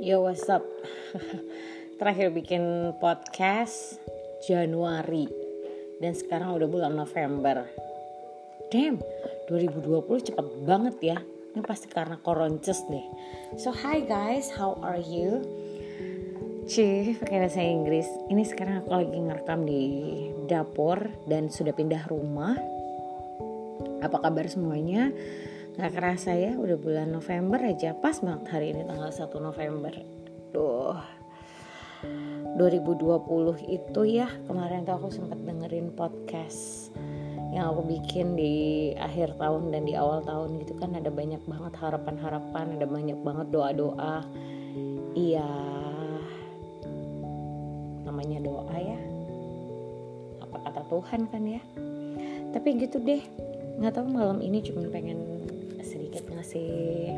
Yo, what's up? Terakhir bikin podcast Januari dan sekarang udah bulan November. Damn, 2020 cepet banget ya. Ini pasti karena koronces deh. So hi guys, how are you? Pakai bahasa Inggris. Ini sekarang aku lagi ngerekam di dapur dan sudah pindah rumah. Apa kabar semuanya? Gak kerasa ya, udah bulan November aja. Pas banget hari ini tanggal 1 November. Duh, 2020 itu ya, kemarin tuh aku sempat dengerin podcast yang aku bikin di akhir tahun dan di awal tahun gitu kan. Ada banyak banget harapan-harapan, ada banyak banget doa-doa. Iya, namanya doa ya, apa kata Tuhan kan ya. Tapi gitu deh, gak tahu malam ini cuma pengen sedikit ngasih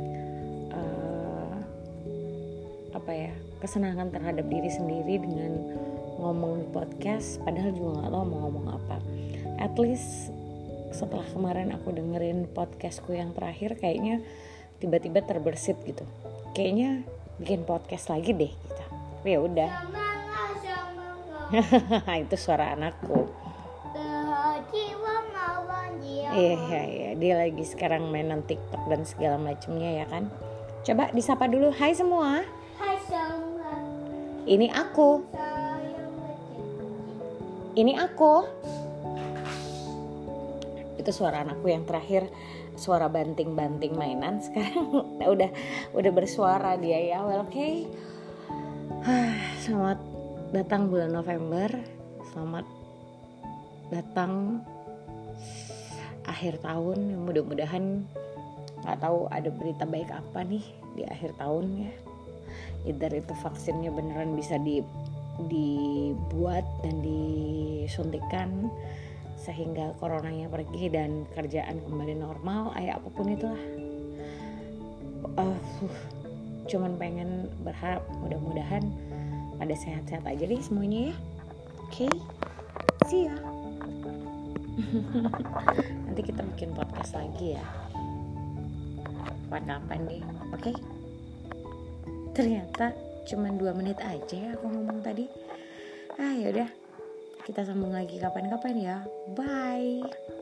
kesenangan terhadap diri sendiri dengan ngomong di podcast, padahal juga nggak tahu mau ngomong apa. At least setelah kemarin aku dengerin podcastku yang terakhir, kayaknya tiba-tiba terbersit gitu, kayaknya bikin podcast lagi deh gitu. Tapi ya udah. Itu suara anakku. Iya, dia lagi sekarang mainan TikTok dan segala macamnya ya kan. Coba disapa dulu. Hai semua. Hai semua. Ini aku. Ini aku. Itu suara anakku yang terakhir, suara banting-banting mainan. Sekarang udah bersuara dia ya. Well, okay. Selamat datang bulan November. Selamat datang akhir tahun. Mudah-mudahan, nggak tahu ada berita baik apa nih di akhir tahun ya. Either itu vaksinnya beneran bisa dibuat dan disuntikan sehingga coronanya pergi dan kerjaan kembali normal, apapun itulah. Cuman pengen berharap mudah-mudahan pada sehat-sehat aja deh semuanya ya. Okay, see ya. Nanti kita bikin podcast lagi ya, kapan-kapan deh. Oke? Ternyata cuma 2 menit aja ya aku ngomong tadi. Yaudah, kita sambung lagi kapan-kapan ya. Bye.